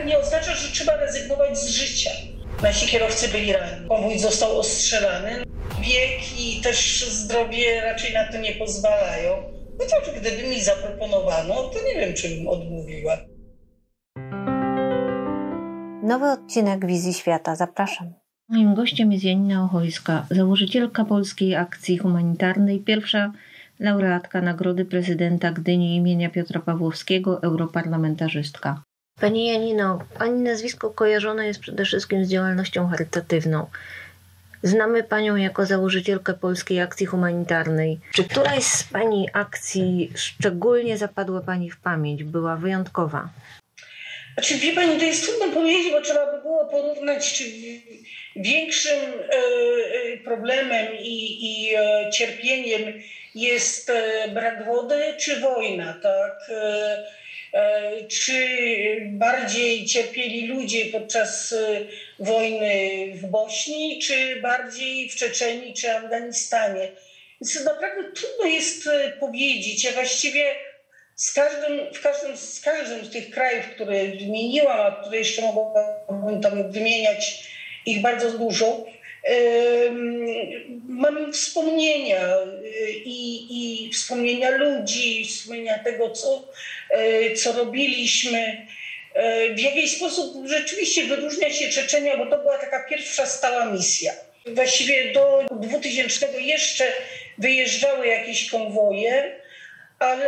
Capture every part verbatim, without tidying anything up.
nie oznacza, że trzeba rezygnować z życia. Nasi kierowcy byli ranni, konwój został ostrzelany. Wiek i też zdrowie raczej na to nie pozwalają. No to gdyby mi zaproponowano, to nie wiem, czy bym odmówiła. Nowy odcinek Wizji Świata. Zapraszam. Moim gościem jest Janina Ochojska, założycielka Polskiej Akcji Humanitarnej, pierwsza laureatka Nagrody Prezydenta Gdyni imienia Piotra Pawłowskiego, europarlamentarzystka. Pani Janino, Pani nazwisko kojarzone jest przede wszystkim z działalnością charytatywną. Znamy Panią jako założycielkę Polskiej Akcji Humanitarnej. Czy któraś z Pani akcji szczególnie zapadła Pani w pamięć, była wyjątkowa? Znaczy, wie Pani, to jest trudno powiedzieć, bo trzeba by było porównać, czy większym e, problemem i, i e, cierpieniem jest e, brak wody, czy wojna, tak? E, e, czy bardziej cierpieli ludzie podczas e, wojny w Bośni, czy bardziej w Czeczenii, czy Afganistanie? Więc naprawdę trudno jest e, powiedzieć. Ja właściwie Z każdym, w każdym, z każdym z tych krajów, które wymieniłam, a które jeszcze mogłabym tam wymieniać ich bardzo dużo, mam wspomnienia i, i wspomnienia ludzi, wspomnienia tego, co, co robiliśmy. W jakiś sposób rzeczywiście wyróżnia się Czeczenia, bo to była taka pierwsza stała misja. Właściwie do dwutysięcznego jeszcze wyjeżdżały jakieś konwoje, ale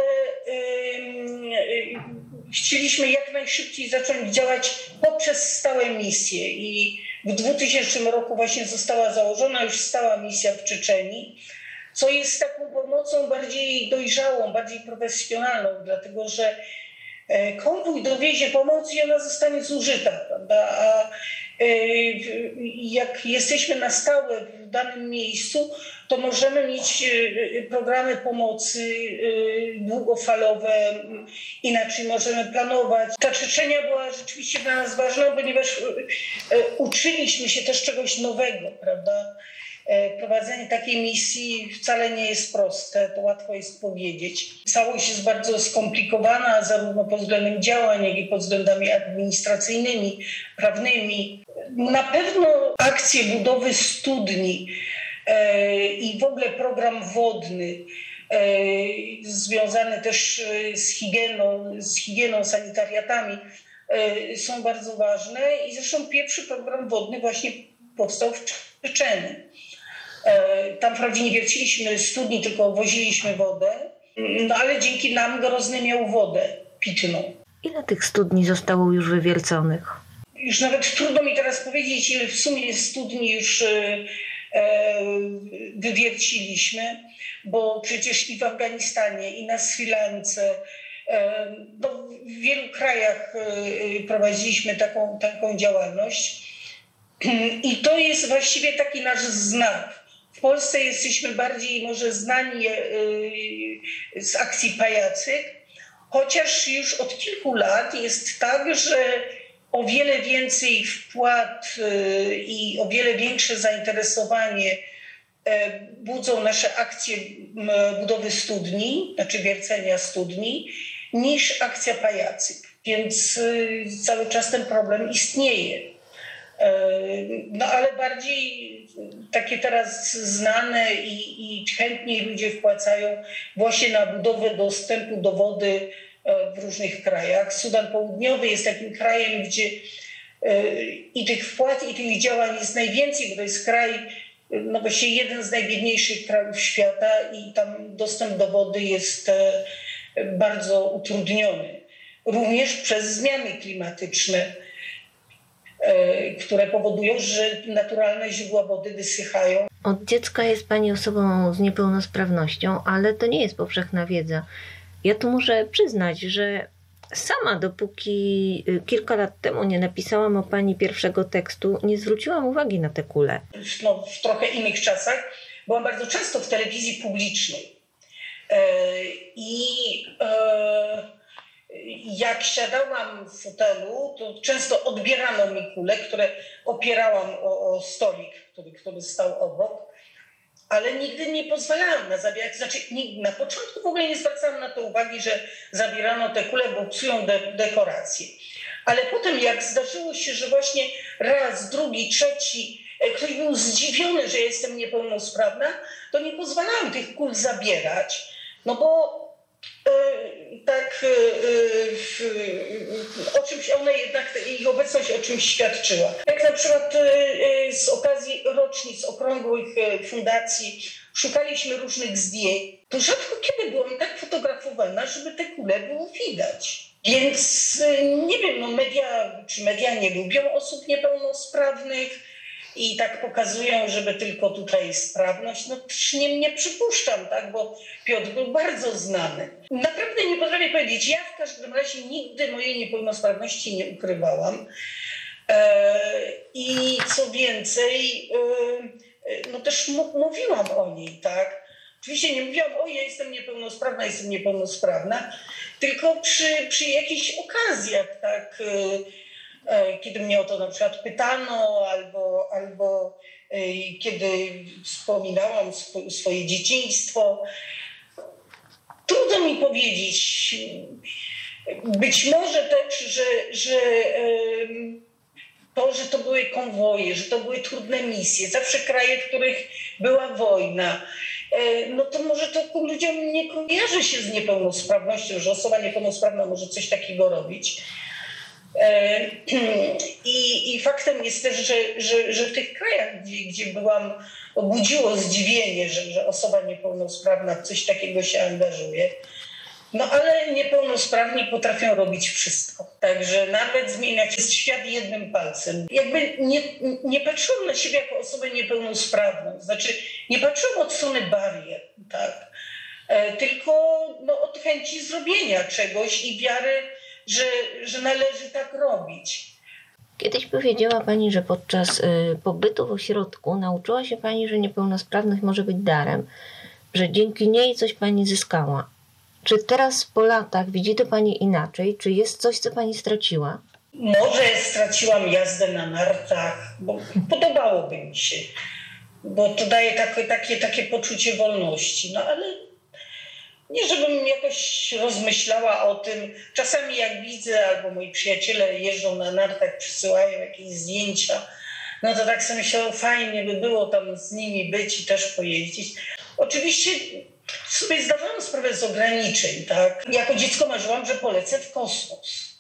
y, y, chcieliśmy jak najszybciej zacząć działać poprzez stałe misje i w dwutysięcznym roku właśnie została założona już stała misja w Czeczenii, co jest taką pomocą bardziej dojrzałą, bardziej profesjonalną, dlatego że konwój dowiezie pomoc i ona zostanie zużyta, prawda? A jak jesteśmy na stałe w danym miejscu, to możemy mieć programy pomocy długofalowe, inaczej możemy planować. Ta Czeczenia była rzeczywiście dla nas ważna, ponieważ uczyliśmy się też czegoś nowego, prawda? Prowadzenie takiej misji wcale nie jest proste, to łatwo jest powiedzieć. Całość jest bardzo skomplikowana, zarówno pod względem działań, jak i pod względami administracyjnymi, prawnymi. Na pewno akcje budowy studni i w ogóle program wodny związany też z higieną, z higieną, sanitariatami są bardzo ważne i zresztą pierwszy program wodny właśnie powstał w Czeczenii. Tam wprawdzie nie wierciliśmy studni, tylko woziliśmy wodę, no ale dzięki nam Grozny miał wodę pitną. Ile tych studni zostało już wywierconych? Już nawet trudno mi teraz powiedzieć, ile w sumie studni już e, wywierciliśmy, bo przecież i w Afganistanie, i na Sri Lance, e, no, w wielu krajach e, prowadziliśmy taką, taką działalność. I to jest właściwie taki nasz znak. W Polsce jesteśmy bardziej może znani z akcji Pajacyk, chociaż już od kilku lat jest tak, że o wiele więcej wpłat i o wiele większe zainteresowanie budzą nasze akcje budowy studni, znaczy wiercenia studni, niż akcja Pajacyk. Więc cały czas ten problem istnieje. No ale bardziej takie teraz znane i, i chętniej ludzie wpłacają właśnie na budowę dostępu do wody w różnych krajach. Sudan Południowy jest takim krajem, gdzie i tych wpłat, i tych działań jest najwięcej, bo to jest kraj, no właściwie jeden z najbiedniejszych krajów świata i tam dostęp do wody jest bardzo utrudniony. Również przez zmiany klimatyczne, które powodują, że naturalne źródła wody wysychają. Od dziecka jest Pani osobą z niepełnosprawnością, ale to nie jest powszechna wiedza. Ja tu muszę przyznać, że sama dopóki kilka lat temu nie napisałam o Pani pierwszego tekstu, nie zwróciłam uwagi na te kule. No, w trochę innych czasach byłam bardzo często w telewizji publicznej. I jak siadałam w fotelu, to często odbierano mi kule, które opierałam o, o stolik, który, który stał obok, ale nigdy nie pozwalałam na zabierać. Znaczy, na początku w ogóle nie zwracałam na to uwagi, że zabierano te kule, bo psują de- dekoracje. Ale potem jak zdarzyło się, że właśnie raz, drugi, trzeci, ktoś był zdziwiony, że jestem niepełnosprawna, to nie pozwalałam tych kul zabierać, no bo Yy, tak, yy, yy, o czymś one jednak, ich obecność o czymś świadczyła. Jak na przykład yy, z okazji rocznic okrągłych yy, fundacji szukaliśmy różnych zdjęć, to rzadko kiedy byłam tak fotografowana, żeby te kule było widać. Więc yy, nie wiem, no media, czy media nie lubią osób niepełnosprawnych i tak pokazują, żeby tylko tutaj jest sprawność. No też nie, nie przypuszczam, tak, bo Piotr był bardzo znany. Naprawdę nie potrafię powiedzieć. Ja w każdym razie nigdy mojej niepełnosprawności nie ukrywałam. E, I co więcej, e, no też m- mówiłam o niej, tak. Oczywiście nie mówiłam, o ja jestem niepełnosprawna, jestem niepełnosprawna, tylko przy, przy jakichś okazjach, tak, e, kiedy mnie o to na przykład pytano, albo, albo kiedy wspominałam sw- swoje dzieciństwo. Trudno mi powiedzieć. Być może też, że, że to, że to były konwoje, że to były trudne misje, zawsze kraje, w których była wojna, no to może to ludziom nie kojarzy się z niepełnosprawnością, że osoba niepełnosprawna może coś takiego robić. I, i faktem jest też, że, że, że w tych krajach, gdzie, gdzie byłam, budziło zdziwienie, że, że osoba niepełnosprawna w coś takiego się angażuje. No ale niepełnosprawni potrafią robić wszystko. Także nawet zmieniać jest świat jednym palcem. Jakby nie, nie patrzyłam na siebie jako osobę niepełnosprawną. Znaczy nie patrzyłam od strony barier, tak? E, tylko no, od chęci zrobienia czegoś i wiary, Że, że należy tak robić. Kiedyś powiedziała Pani, że podczas y, pobytu w ośrodku nauczyła się Pani, że niepełnosprawność może być darem, że dzięki niej coś Pani zyskała. Czy teraz po latach widzi to Pani inaczej? Czy jest coś, co Pani straciła? Może straciłam jazdę na nartach, bo podobałoby mi się, bo to daje takie, takie, takie poczucie wolności, no ale nie, żebym jakoś rozmyślała o tym. Czasami jak widzę, albo moi przyjaciele jeżdżą na nartach, przysyłają jakieś zdjęcia, no to tak sobie myślę, fajnie by było tam z nimi być i też pojeździć. Oczywiście sobie zdawałam sprawę z ograniczeń, tak? Jako dziecko marzyłam, że polecę w kosmos.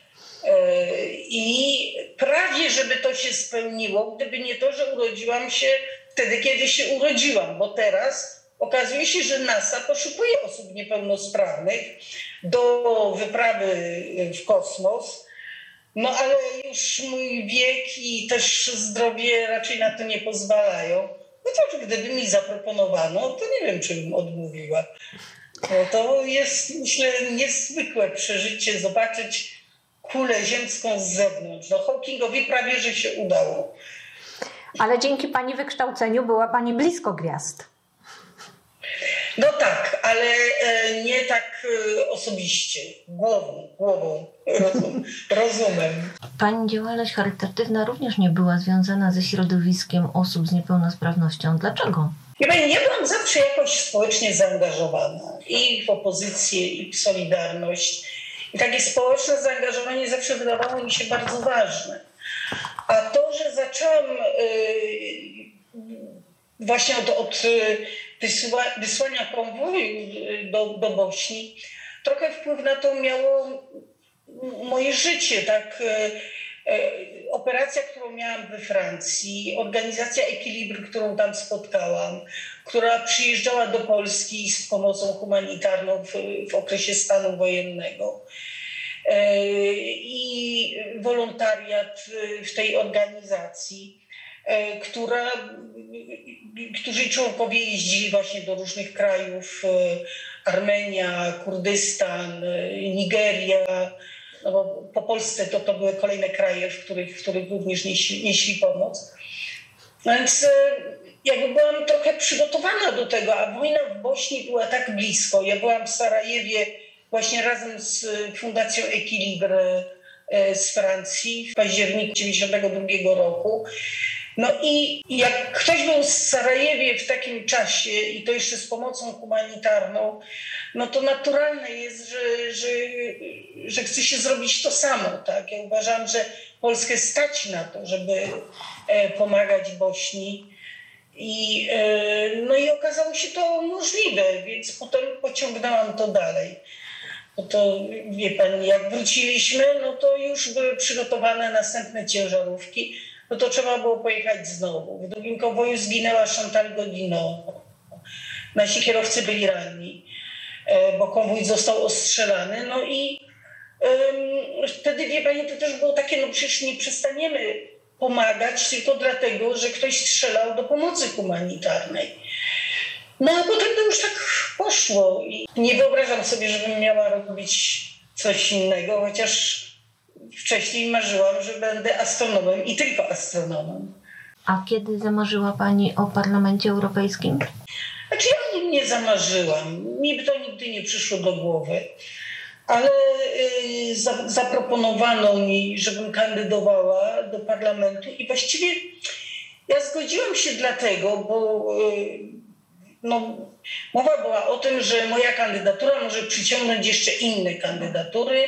I prawie, żeby to się spełniło, gdyby nie to, że urodziłam się wtedy, kiedy się urodziłam, bo teraz okazuje się, że NASA poszukuje osób niepełnosprawnych do wyprawy w kosmos, no ale już mój wiek i też zdrowie raczej na to nie pozwalają. No to gdyby mi zaproponowano, to nie wiem, czy bym odmówiła. No to jest, myślę, niezwykłe przeżycie zobaczyć kulę ziemską z zewnątrz. No Hawkingowi prawie, że się udało. Ale dzięki Pani wykształceniu była Pani blisko gwiazd. No tak, ale nie tak osobiście, głową, głową, rozum, rozumem. Pani działalność charytatywna również nie była związana ze środowiskiem osób z niepełnosprawnością. Dlaczego? Ja nie byłam zawsze jakoś społecznie zaangażowana i w opozycję, i w Solidarność. I takie społeczne zaangażowanie zawsze wydawało mi się bardzo ważne. A to, że zaczęłam yy, właśnie od, od wysła, wysłania konwoju do, do Bośni, trochę wpływ na to miało moje życie, tak. Operacja, którą miałam we Francji, organizacja Equilibre, którą tam spotkałam, która przyjeżdżała do Polski z pomocą humanitarną w, w okresie stanu wojennego. I wolontariat w tej organizacji, która, którzy członkowie jeździli właśnie do różnych krajów, Armenia, Kurdystan, Nigeria, no bo po Polsce to, to były kolejne kraje, w których, w których również nieśli, nieśli pomoc. Więc jakby byłam trochę przygotowana do tego, a wojna w Bośni była tak blisko. Ja byłam w Sarajewie właśnie razem z Fundacją Equilibre z Francji w październiku dziewięćdziesiątego drugiego roku. No i jak ktoś był w Sarajewie w takim czasie i to jeszcze z pomocą humanitarną, no to naturalne jest, że, że, że chce się zrobić to samo. Tak? Ja uważam, że Polskę stać na to, żeby pomagać Bośni. I, no i okazało się to możliwe, więc potem pociągnęłam to dalej. No to wie pani, jak wróciliśmy, no to już były przygotowane następne ciężarówki. No to trzeba było pojechać znowu. W drugim konwoju zginęła Chantal Godino. Nasi kierowcy byli ranni, bo konwój został ostrzelany. No i um, wtedy, wie pani, to też było takie, no przecież nie przestaniemy pomagać tylko dlatego, że ktoś strzelał do pomocy humanitarnej. No a potem to już tak poszło i nie wyobrażam sobie, żebym miała robić coś innego, chociaż wcześniej marzyłam, że będę astronomem i tylko astronomem. A kiedy zamarzyła pani o Parlamencie Europejskim? Znaczy ja o nim nie zamarzyłam. Mi by to nigdy nie przyszło do głowy. Ale y, za, zaproponowano mi, żebym kandydowała do parlamentu i właściwie ja zgodziłam się dlatego, bo y, no, mowa była o tym, że moja kandydatura może przyciągnąć jeszcze inne kandydatury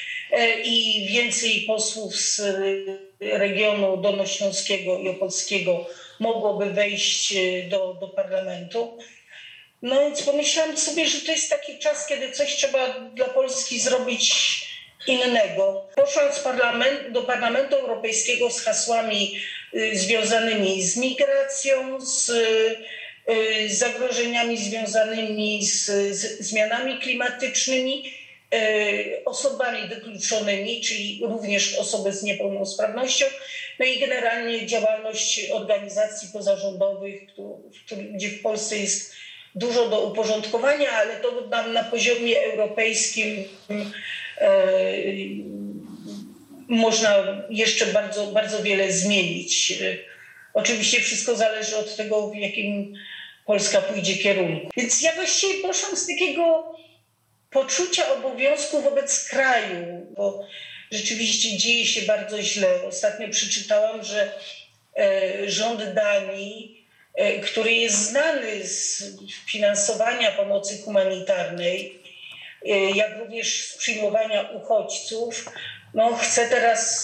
i więcej posłów z regionu dolnośląskiego i opolskiego mogłoby wejść do, do parlamentu. No więc pomyślałam sobie, że to jest taki czas, kiedy coś trzeba dla Polski zrobić innego. Poszłam z parlament, do Parlamentu Europejskiego z hasłami y, związanymi z migracją, z y, zagrożeniami związanymi z, z zmianami klimatycznymi, osobami wykluczonymi, czyli również osoby z niepełnosprawnością, no i generalnie działalność organizacji pozarządowych, gdzie w Polsce jest dużo do uporządkowania, ale to nam na poziomie europejskim e, można jeszcze bardzo, bardzo wiele zmienić. Oczywiście wszystko zależy od tego, w jakim Polska pójdzie kierunku. Więc ja właściwie poszłam z takiego poczucia obowiązku wobec kraju, bo rzeczywiście dzieje się bardzo źle. Ostatnio przeczytałam, że rząd Danii, który jest znany z finansowania pomocy humanitarnej, jak również z przyjmowania uchodźców, no chce teraz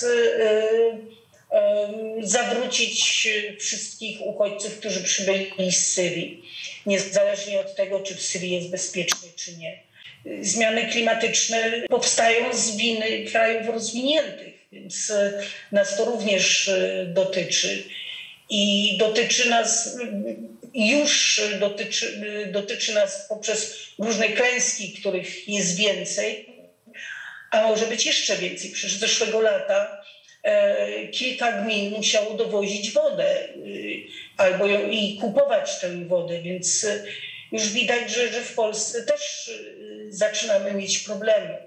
zawrócić wszystkich uchodźców, którzy przybyli z Syrii, niezależnie od tego, czy w Syrii jest bezpiecznie, czy nie. Zmiany klimatyczne powstają z winy krajów rozwiniętych, więc nas to również dotyczy. I dotyczy nas, już dotyczy, dotyczy nas poprzez różne klęski, których jest więcej, a może być jeszcze więcej. Przecież zeszłego lata e, kilka gmin musiało dowozić wodę e, albo ją, i kupować tę wodę, więc już widać, że, że w Polsce też zaczynamy mieć problemy.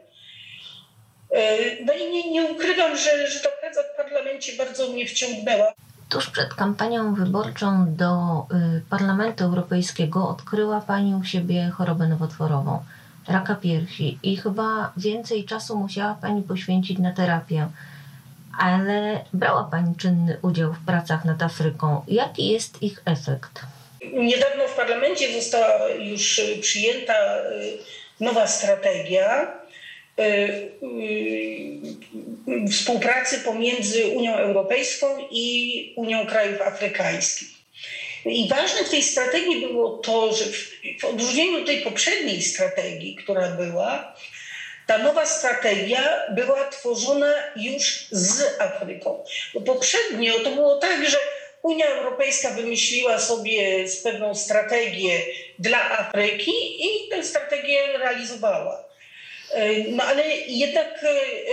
No i nie, nie ukrywam, że, że ta praca w parlamencie bardzo mnie wciągnęła. Tuż przed kampanią wyborczą do y, Parlamentu Europejskiego odkryła pani u siebie chorobę nowotworową, raka piersi i chyba więcej czasu musiała pani poświęcić na terapię. Ale brała pani czynny udział w pracach nad Afryką. Jaki jest ich efekt? Niedawno w parlamencie została już przyjęta nowa strategia współpracy pomiędzy Unią Europejską i Unią Krajów Afrykańskich. I ważne w tej strategii było to, że w odróżnieniu od tej poprzedniej strategii, która była, ta nowa strategia była tworzona już z Afryką. Bo poprzednio to było tak, że Unia Europejska wymyśliła sobie pewną strategię dla Afryki i tę strategię realizowała. No ale jednak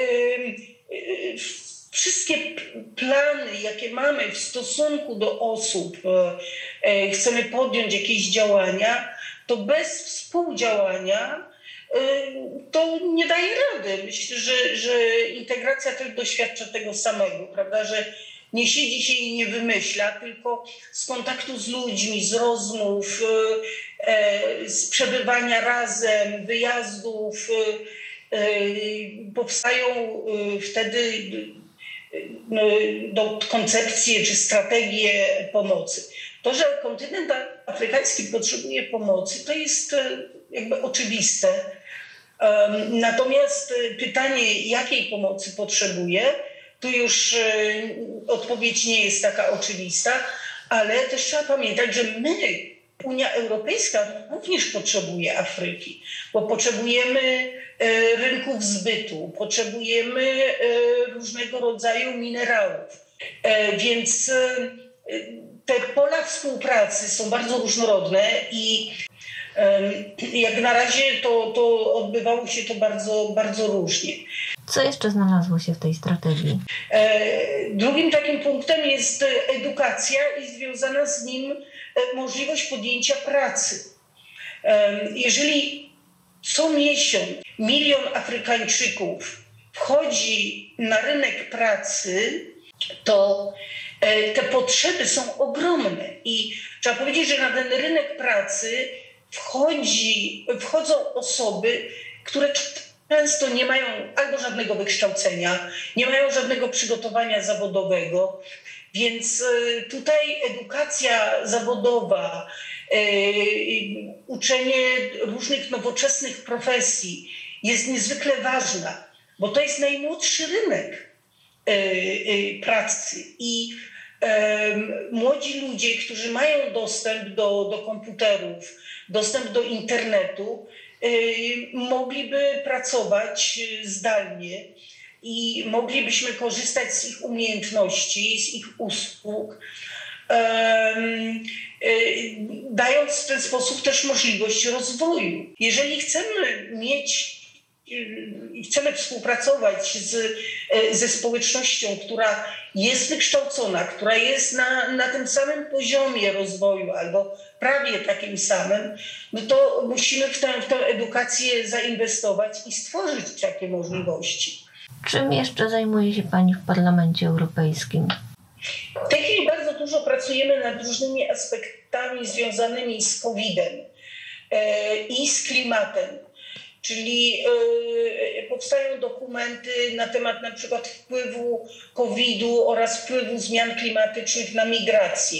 wszystkie plany, jakie mamy w stosunku do osób, chcemy podjąć jakieś działania, to bez współdziałania to nie daje rady. Myślę, że, że integracja też doświadcza tego samego, prawda, że nie siedzi się i nie wymyśla, tylko z kontaktu z ludźmi, z rozmów, z przebywania razem, wyjazdów powstają wtedy do koncepcję czy strategię pomocy. To, że kontynent afrykański potrzebuje pomocy, to jest jakby oczywiste. Natomiast pytanie, jakiej pomocy potrzebuje, tu już odpowiedź nie jest taka oczywista, ale też trzeba pamiętać, że my, Unia Europejska, również potrzebuje Afryki, bo potrzebujemy rynków zbytu, potrzebujemy różnego rodzaju minerałów. Więc te pola współpracy są bardzo różnorodne i jak na razie to, to odbywało się to bardzo, bardzo różnie. Co jeszcze znalazło się w tej strategii? Drugim takim punktem jest edukacja i związana z nim możliwość podjęcia pracy. Jeżeli co miesiąc milion Afrykańczyków wchodzi na rynek pracy, to te potrzeby są ogromne i trzeba powiedzieć, że na ten rynek pracy wchodzi, wchodzą osoby, które często nie mają albo żadnego wykształcenia, nie mają żadnego przygotowania zawodowego, więc tutaj edukacja zawodowa, uczenie różnych nowoczesnych profesji jest niezwykle ważna, bo to jest najmłodszy rynek pracy i młodzi ludzie, którzy mają dostęp do, do komputerów, dostęp do internetu, mogliby pracować zdalnie i moglibyśmy korzystać z ich umiejętności, z ich usług, dając w ten sposób też możliwość rozwoju. Jeżeli chcemy mieć i chcemy współpracować z, ze społecznością, która jest wykształcona, która jest na, na tym samym poziomie rozwoju albo prawie takim samym, no to musimy w tę, w tę edukację zainwestować i stworzyć takie możliwości. Czym jeszcze zajmuje się Pani w Parlamencie Europejskim? W tej chwili bardzo dużo pracujemy nad różnymi aspektami związanymi z kowidem i z klimatem. Czyli y, powstają dokumenty na temat na przykład wpływu kowida oraz wpływu zmian klimatycznych na migrację.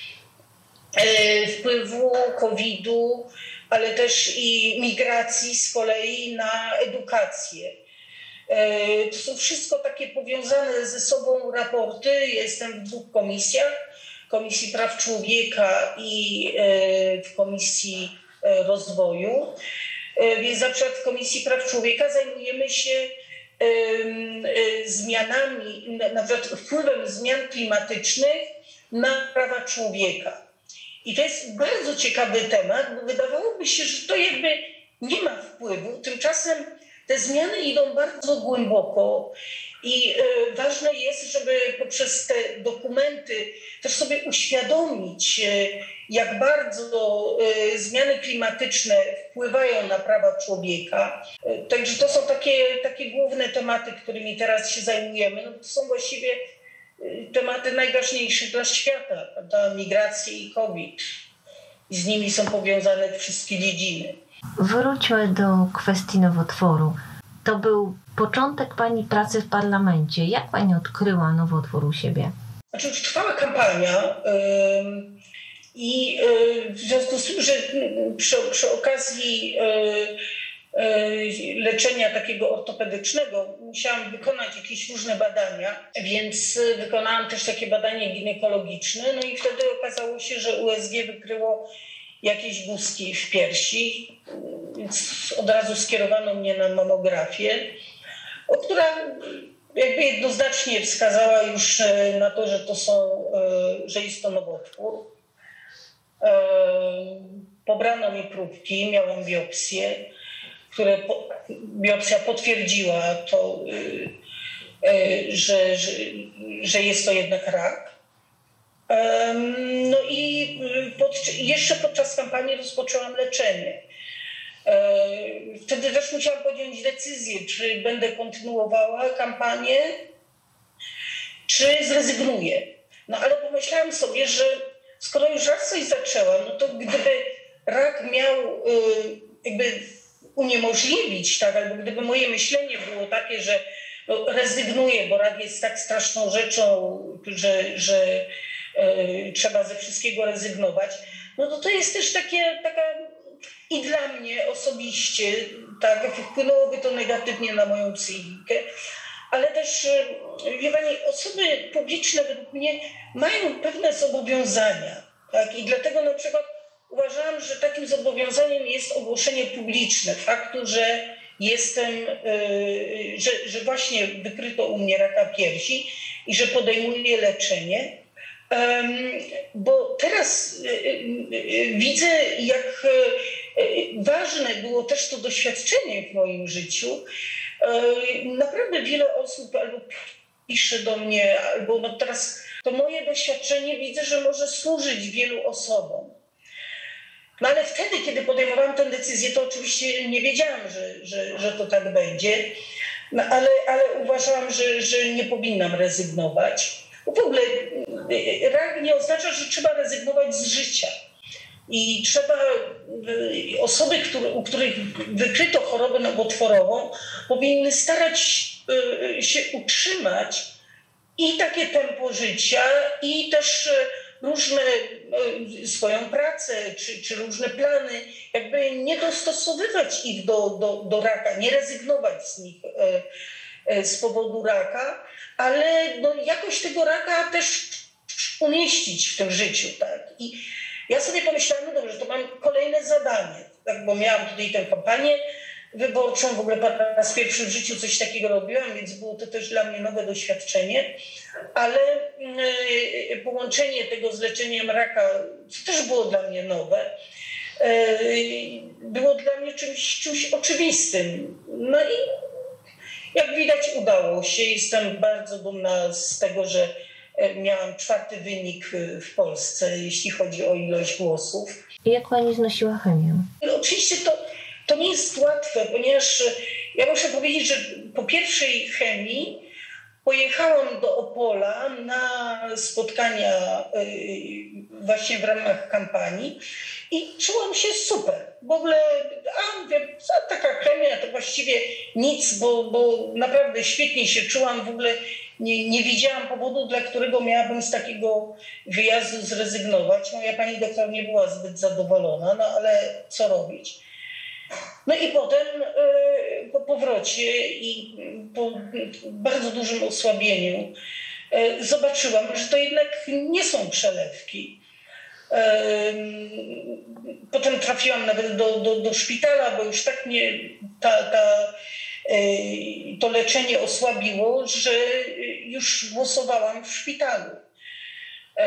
Y, wpływu kowida, ale też i migracji z kolei na edukację. Y, to są wszystko takie powiązane ze sobą raporty. Jestem w dwóch komisjach. Komisji Praw Człowieka i y, w Komisji Rozwoju. Więc na przykład w Komisji Praw Człowieka zajmujemy się y, y, zmianami, na, na przykład wpływem zmian klimatycznych na prawa człowieka. I to jest bardzo ciekawy temat, bo wydawałoby się, że to jakby nie ma wpływu. Tymczasem te zmiany idą bardzo głęboko i y, ważne jest, żeby poprzez te dokumenty też sobie uświadomić, y, jak bardzo y, zmiany klimatyczne wpływają na prawa człowieka. Y, także to są takie, takie główne tematy, którymi teraz się zajmujemy. No, to są właściwie y, tematy najważniejsze dla świata, prawda? Migracje i COVID. I z nimi są powiązane wszystkie dziedziny. Wróćmy do kwestii nowotworu. To był początek Pani pracy w parlamencie. Jak Pani odkryła nowotwór u siebie? Znaczy już trwała kampania yy, i yy, w związku z tym, że przy, przy okazji yy, yy, leczenia takiego ortopedycznego musiałam wykonać jakieś różne badania, więc wykonałam też takie badanie ginekologiczne, no i wtedy okazało się, że U S G wykryło jakieś guzki w piersi, więc od razu skierowano mnie na mamografię, która jakby jednoznacznie wskazała już na to, że to są, że jest to nowotwór. Pobrano mi próbki, miałam biopsję, które biopsja potwierdziła to, że, że, że jest to jednak rak. No i pod, jeszcze podczas kampanii rozpoczęłam leczenie. Wtedy też musiałam podjąć decyzję, czy będę kontynuowała kampanię, czy zrezygnuję. No ale pomyślałam sobie, że skoro już raz coś zaczęłam, no to gdyby rak miał jakby uniemożliwić, tak, albo gdyby moje myślenie było takie, że no, rezygnuję, bo rak jest tak straszną rzeczą, że, że e, trzeba ze wszystkiego rezygnować, no to to jest też takie, taka i dla mnie osobiście, tak, wpłynęłoby to negatywnie na moją psychikę, ale też, wie pani, osoby publiczne według mnie mają pewne zobowiązania, tak, i dlatego na przykład uważałam, że takim zobowiązaniem jest ogłoszenie publiczne faktu, że jestem, yy, że, że właśnie wykryto u mnie raka piersi i że podejmuję leczenie. Um, bo teraz y, y, widzę, jak y, ważne było też to doświadczenie w moim życiu. Y, naprawdę wiele osób albo pisze do mnie, albo no teraz to moje doświadczenie widzę, że może służyć wielu osobom. No ale wtedy, kiedy podejmowałam tę decyzję, to oczywiście nie wiedziałam, że, że, że to tak będzie, no ale, ale uważałam, że, że nie powinnam rezygnować. W ogóle rak nie oznacza, że trzeba rezygnować z życia. I trzeba, osoby, które, u których wykryto chorobę nowotworową, powinny starać się utrzymać i takie tempo życia, i też różne swoją pracę, czy, czy różne plany, jakby nie dostosowywać ich do, do, do raka, nie rezygnować z nich z powodu raka, ale no jakoś tego raka też umieścić w tym życiu, tak. I ja sobie pomyślałam, no dobrze, to mam kolejne zadanie, tak, bo miałam tutaj tę kampanię wyborczą, w ogóle po raz pierwszy w życiu coś takiego robiłam, więc było to też dla mnie nowe doświadczenie, ale y, połączenie tego z leczeniem raka, co też było dla mnie nowe, y, było dla mnie czymś, czymś oczywistym. No i jak widać udało się. Jestem bardzo dumna z tego, że miałam czwarty wynik w Polsce, jeśli chodzi o ilość głosów. I jak pani znosiła chemię? No, oczywiście to, to nie jest łatwe, ponieważ ja muszę powiedzieć, że po pierwszej chemii pojechałam do Opola na spotkania właśnie w ramach kampanii i czułam się super. W ogóle, a mówię, taka chemia to właściwie nic, bo, bo naprawdę świetnie się czułam. W ogóle nie, nie widziałam powodu, dla którego miałabym z takiego wyjazdu zrezygnować. Moja pani doktor nie była zbyt zadowolona, no ale co robić? No i potem y, po powrocie i po bardzo dużym osłabieniu y, zobaczyłam, że to jednak nie są przelewki. Y, potem trafiłam nawet do, do, do szpitala, bo już tak mnie ta, ta, y, to leczenie osłabiło, że już głosowałam w szpitalu. Y,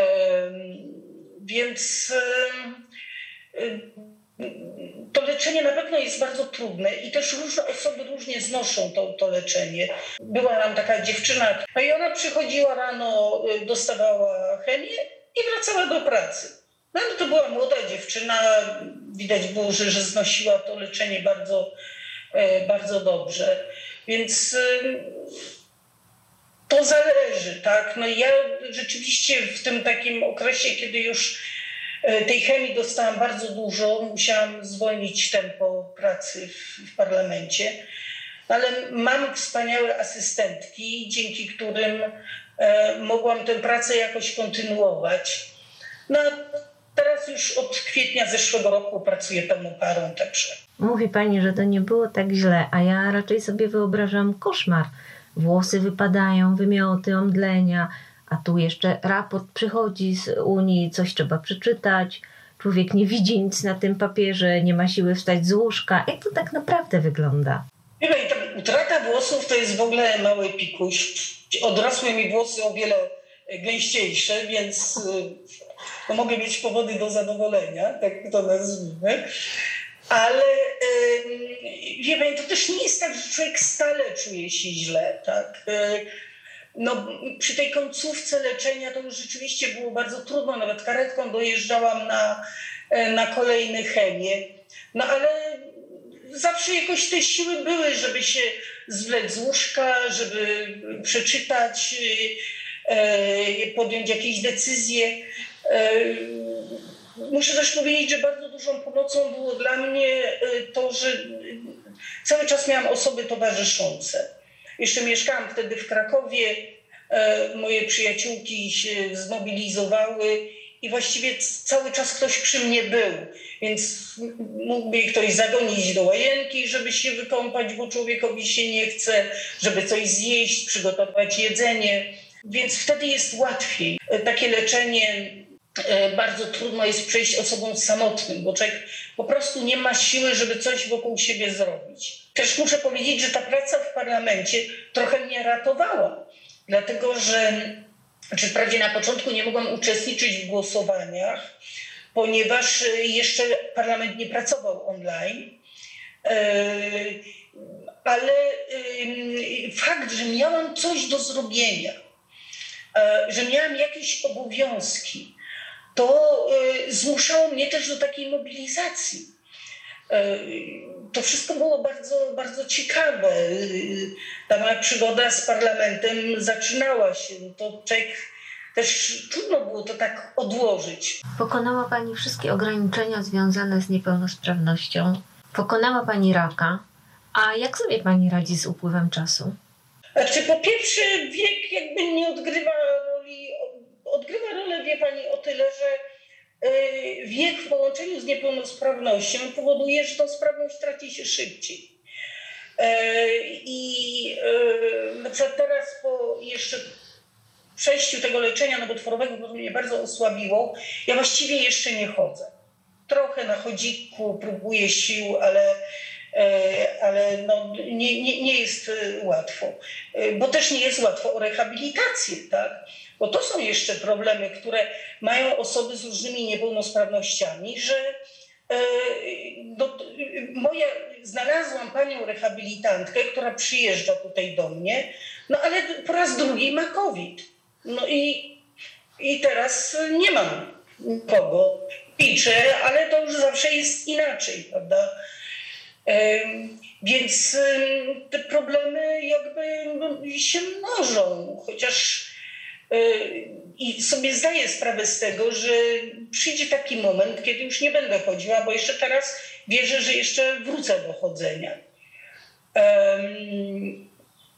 więc y, to leczenie na pewno jest bardzo trudne i też różne osoby różnie znoszą to, to leczenie. Była nam taka dziewczyna, no i ona przychodziła rano, dostawała chemię i wracała do pracy. No ale to była młoda dziewczyna, widać było, że, że znosiła to leczenie bardzo, bardzo dobrze. Więc to zależy, tak? No ja rzeczywiście w tym takim okresie, kiedy już tej chemii dostałam bardzo dużo, musiałam zwolnić tempo pracy w, w parlamencie, ale mam wspaniałe asystentki, dzięki którym e, mogłam tę pracę jakoś kontynuować. No teraz już od kwietnia zeszłego roku pracuję pełną parą, także. Mówi pani, że to nie było tak źle, a ja raczej sobie wyobrażam koszmar. Włosy wypadają, wymioty, omdlenia, a tu jeszcze raport przychodzi z Unii, coś trzeba przeczytać. Człowiek nie widzi nic na tym papierze, nie ma siły wstać z łóżka. Jak to tak naprawdę wygląda? Wie pani, ta utrata włosów to jest w ogóle mały pikuś. Odrosły mi włosy o wiele gęściejsze, więc no, mogę mieć powody do zadowolenia, tak to nazwijmy. Ale yy, wie pani, to też nie jest tak, że człowiek stale czuje się źle, tak? Yy, No, przy tej końcówce leczenia to już rzeczywiście było bardzo trudno. Nawet karetką dojeżdżałam na, na kolejne chemie. No ale zawsze jakoś te siły były, żeby się zwlec z łóżka, żeby przeczytać, podjąć jakieś decyzje. Muszę też powiedzieć, że bardzo dużą pomocą było dla mnie to, że cały czas miałam osoby towarzyszące. Jeszcze mieszkałam wtedy w Krakowie, moje przyjaciółki się zmobilizowały i właściwie cały czas ktoś przy mnie był, więc mógłby ktoś zagonić do łazienki, żeby się wykąpać, bo człowiekowi się nie chce, żeby coś zjeść, przygotować jedzenie, więc wtedy jest łatwiej. Takie leczenie bardzo trudno jest przejść osobom samotnym, bo człowiek po prostu nie ma siły, żeby coś wokół siebie zrobić. Też muszę powiedzieć, że ta praca w parlamencie trochę mnie ratowała, dlatego że czy wprawdzie na początku nie mogłam uczestniczyć w głosowaniach, ponieważ jeszcze parlament nie pracował online, ale fakt, że miałam coś do zrobienia, że miałam jakieś obowiązki, to zmuszało mnie też do takiej mobilizacji. To wszystko było bardzo, bardzo ciekawe. Ta moja przygoda z parlamentem zaczynała się. To człowiek też trudno było to tak odłożyć. Pokonała Pani wszystkie ograniczenia związane z niepełnosprawnością. Pokonała Pani raka. A jak sobie Pani radzi z upływem czasu? Znaczy, po pierwsze, wiek jakby nie odgrywa roli, odgrywa rolę, wie Pani, o tyle, że wiek w połączeniu z niepełnosprawnością powoduje, że tą sprawność traci się szybciej. I na przykład teraz po jeszcze przejściu tego leczenia nowotworowego, bo to mnie bardzo osłabiło, ja właściwie jeszcze nie chodzę. Trochę na chodziku próbuję sił, ale, ale no nie, nie, nie jest łatwo. Bo też nie jest łatwo o rehabilitację, tak? Bo to są jeszcze problemy, które mają osoby z różnymi niepełnosprawnościami, że e, do, moja, znalazłam panią rehabilitantkę, która przyjeżdża tutaj do mnie, no ale po raz drugi ma COVID. No i, i teraz nie mam nikogo. Liczę, ale to już zawsze jest inaczej, prawda? E, więc e, te problemy jakby no, się mnożą, chociaż i sobie zdaję sprawę z tego, że przyjdzie taki moment, kiedy już nie będę chodziła, bo jeszcze teraz wierzę, że jeszcze wrócę do chodzenia. Um,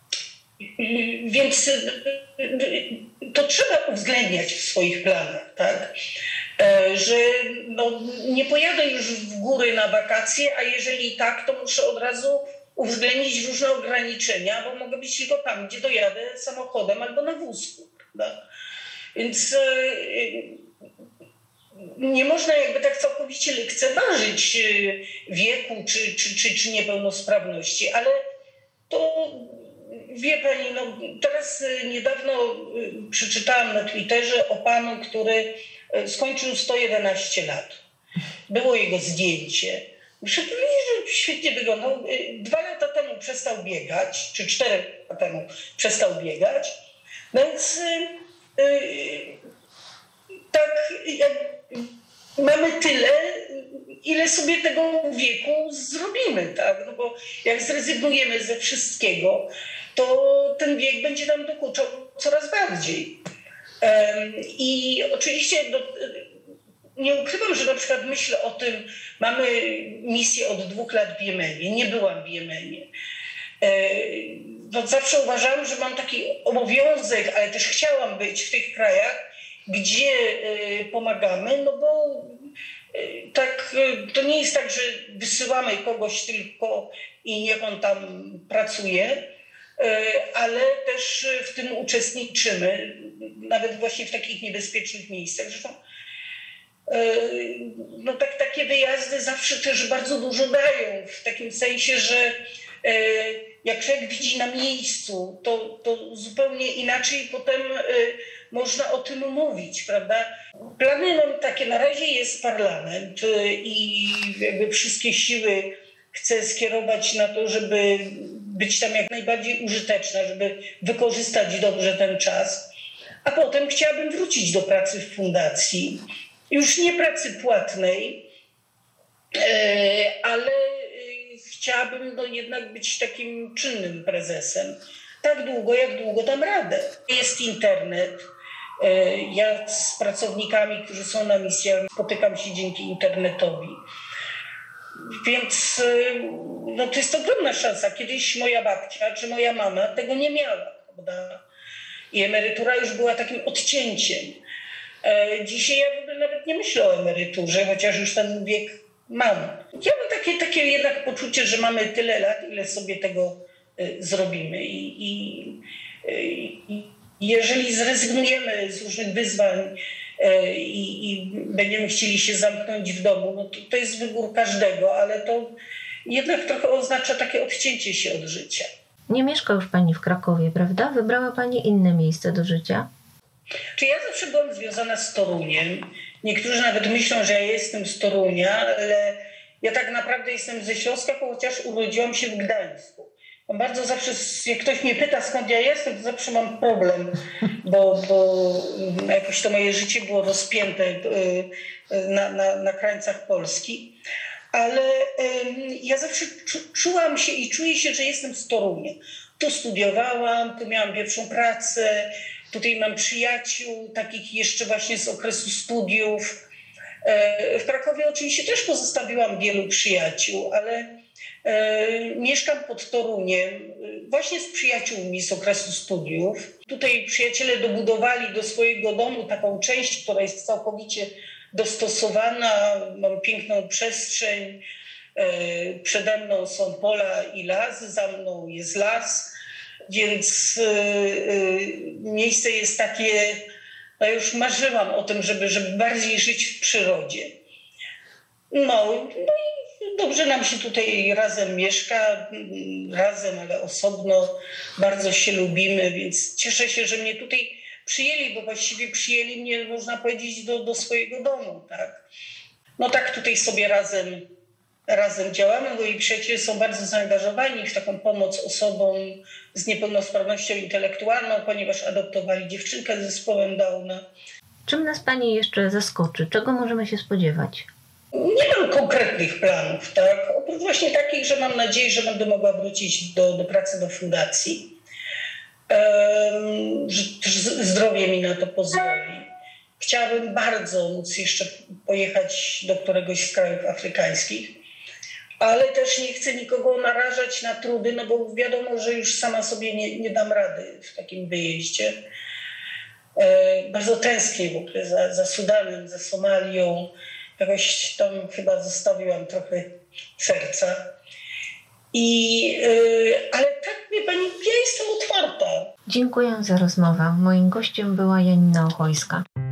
więc to trzeba uwzględniać w swoich planach, tak? Że no, nie pojadę już w góry na wakacje, a jeżeli tak, to muszę od razu uwzględnić różne ograniczenia, bo mogę być tylko tam, gdzie dojadę samochodem albo na wózku. Prawda? Więc yy, nie można jakby tak całkowicie lekceważyć yy, wieku czy, czy, czy, czy niepełnosprawności, ale to wie Pani, no teraz yy, niedawno yy, przeczytałam na Twitterze o panu, który yy, skończył sto jedenaście lat. Było jego zdjęcie. Muszę powiedzieć, że świetnie wyglądał. Dwa lata temu przestał biegać, czy cztery lata temu przestał biegać. Więc yy, tak jak mamy tyle, ile sobie tego wieku zrobimy, tak? No bo jak zrezygnujemy ze wszystkiego, to ten wiek będzie nam dokuczał coraz bardziej. Yy, I oczywiście no, nie ukrywam, że na przykład myślę o tym, mamy misję od dwóch lat w Jemenie, nie byłam w Jemenie. No, zawsze uważałam, że mam taki obowiązek, ale też chciałam być w tych krajach, gdzie pomagamy, no bo tak, to nie jest tak, że wysyłamy kogoś tylko i niech on tam pracuje, ale też w tym uczestniczymy, nawet właśnie w takich niebezpiecznych miejscach. Zresztą no tak, takie wyjazdy zawsze też bardzo dużo dają, w takim sensie, że jak człowiek widzi na miejscu, to, to zupełnie inaczej potem można o tym mówić, prawda? Plany mam takie, na razie jest parlament i jakby wszystkie siły chcę skierować na to, żeby być tam jak najbardziej użyteczna, żeby wykorzystać dobrze ten czas, a potem chciałabym wrócić do pracy w fundacji. Już nie pracy płatnej, ale chciałabym no jednak być takim czynnym prezesem. Tak długo, jak długo dam radę. Jest internet. Ja z pracownikami, którzy są na misjach, spotykam się dzięki internetowi. Więc no, to jest ogromna szansa. Kiedyś moja babcia czy moja mama tego nie miała, prawda? I emerytura już była takim odcięciem. Dzisiaj ja w ogóle nawet nie myślę o emeryturze, chociaż już ten wiek mam. Ja mam takie, takie jednak poczucie, że mamy tyle lat, ile sobie tego zrobimy. I, i, i jeżeli zrezygnujemy z różnych wyzwań i, i będziemy chcieli się zamknąć w domu, no to, to jest wybór każdego, ale to jednak trochę oznacza takie odcięcie się od życia. Nie mieszka już Pani w Krakowie, prawda? Wybrała Pani inne miejsce do życia? Czy ja zawsze byłam związana z Toruniem. Niektórzy nawet myślą, że ja jestem z Torunia, ale ja tak naprawdę jestem ze Śląska, chociaż urodziłam się w Gdańsku. Bardzo zawsze, jak ktoś mnie pyta, skąd ja jestem, to zawsze mam problem, bo, bo jakoś to moje życie było rozpięte na, na, na krańcach Polski. Ale ja zawsze czułam się i czuję się, że jestem z Torunia. Tu studiowałam, tu miałam pierwszą pracę, tutaj mam przyjaciół, takich jeszcze właśnie z okresu studiów. W Krakowie oczywiście też pozostawiłam wielu przyjaciół, ale mieszkam pod Toruniem właśnie z przyjaciółmi z okresu studiów. Tutaj przyjaciele dobudowali do swojego domu taką część, która jest całkowicie dostosowana. Mam piękną przestrzeń. Przede mną są pola i las, za mną jest las, więc miejsce jest takie, no już marzyłam o tym, żeby, żeby bardziej żyć w przyrodzie. No, no i dobrze nam się tutaj razem mieszka, razem, ale osobno, bardzo się lubimy, więc cieszę się, że mnie tutaj przyjęli, bo właściwie przyjęli mnie, można powiedzieć, do, do swojego domu, tak. No tak tutaj sobie razem, razem działamy. Moi przyjaciele są bardzo zaangażowani w taką pomoc osobom z niepełnosprawnością intelektualną, ponieważ adoptowali dziewczynkę z zespołem Downa. Czym nas Pani jeszcze zaskoczy? Czego możemy się spodziewać? Nie mam konkretnych planów, tak? Oprócz właśnie takich, że mam nadzieję, że będę mogła wrócić do, do pracy do fundacji. Um, że też zdrowie mi na to pozwoli. Chciałabym bardzo móc jeszcze pojechać do któregoś z krajów afrykańskich, ale też nie chcę nikogo narażać na trudy, no bo wiadomo, że już sama sobie nie, nie dam rady w takim wyjeździe. E, bardzo tęsknię w ogóle za, za Sudanem, za Somalią. Jakoś tam chyba zostawiłam trochę serca. I, yy, ale tak, wie Pani, ja jestem otwarta. Dziękuję za rozmowę. Moim gościem była Janina Ochojska.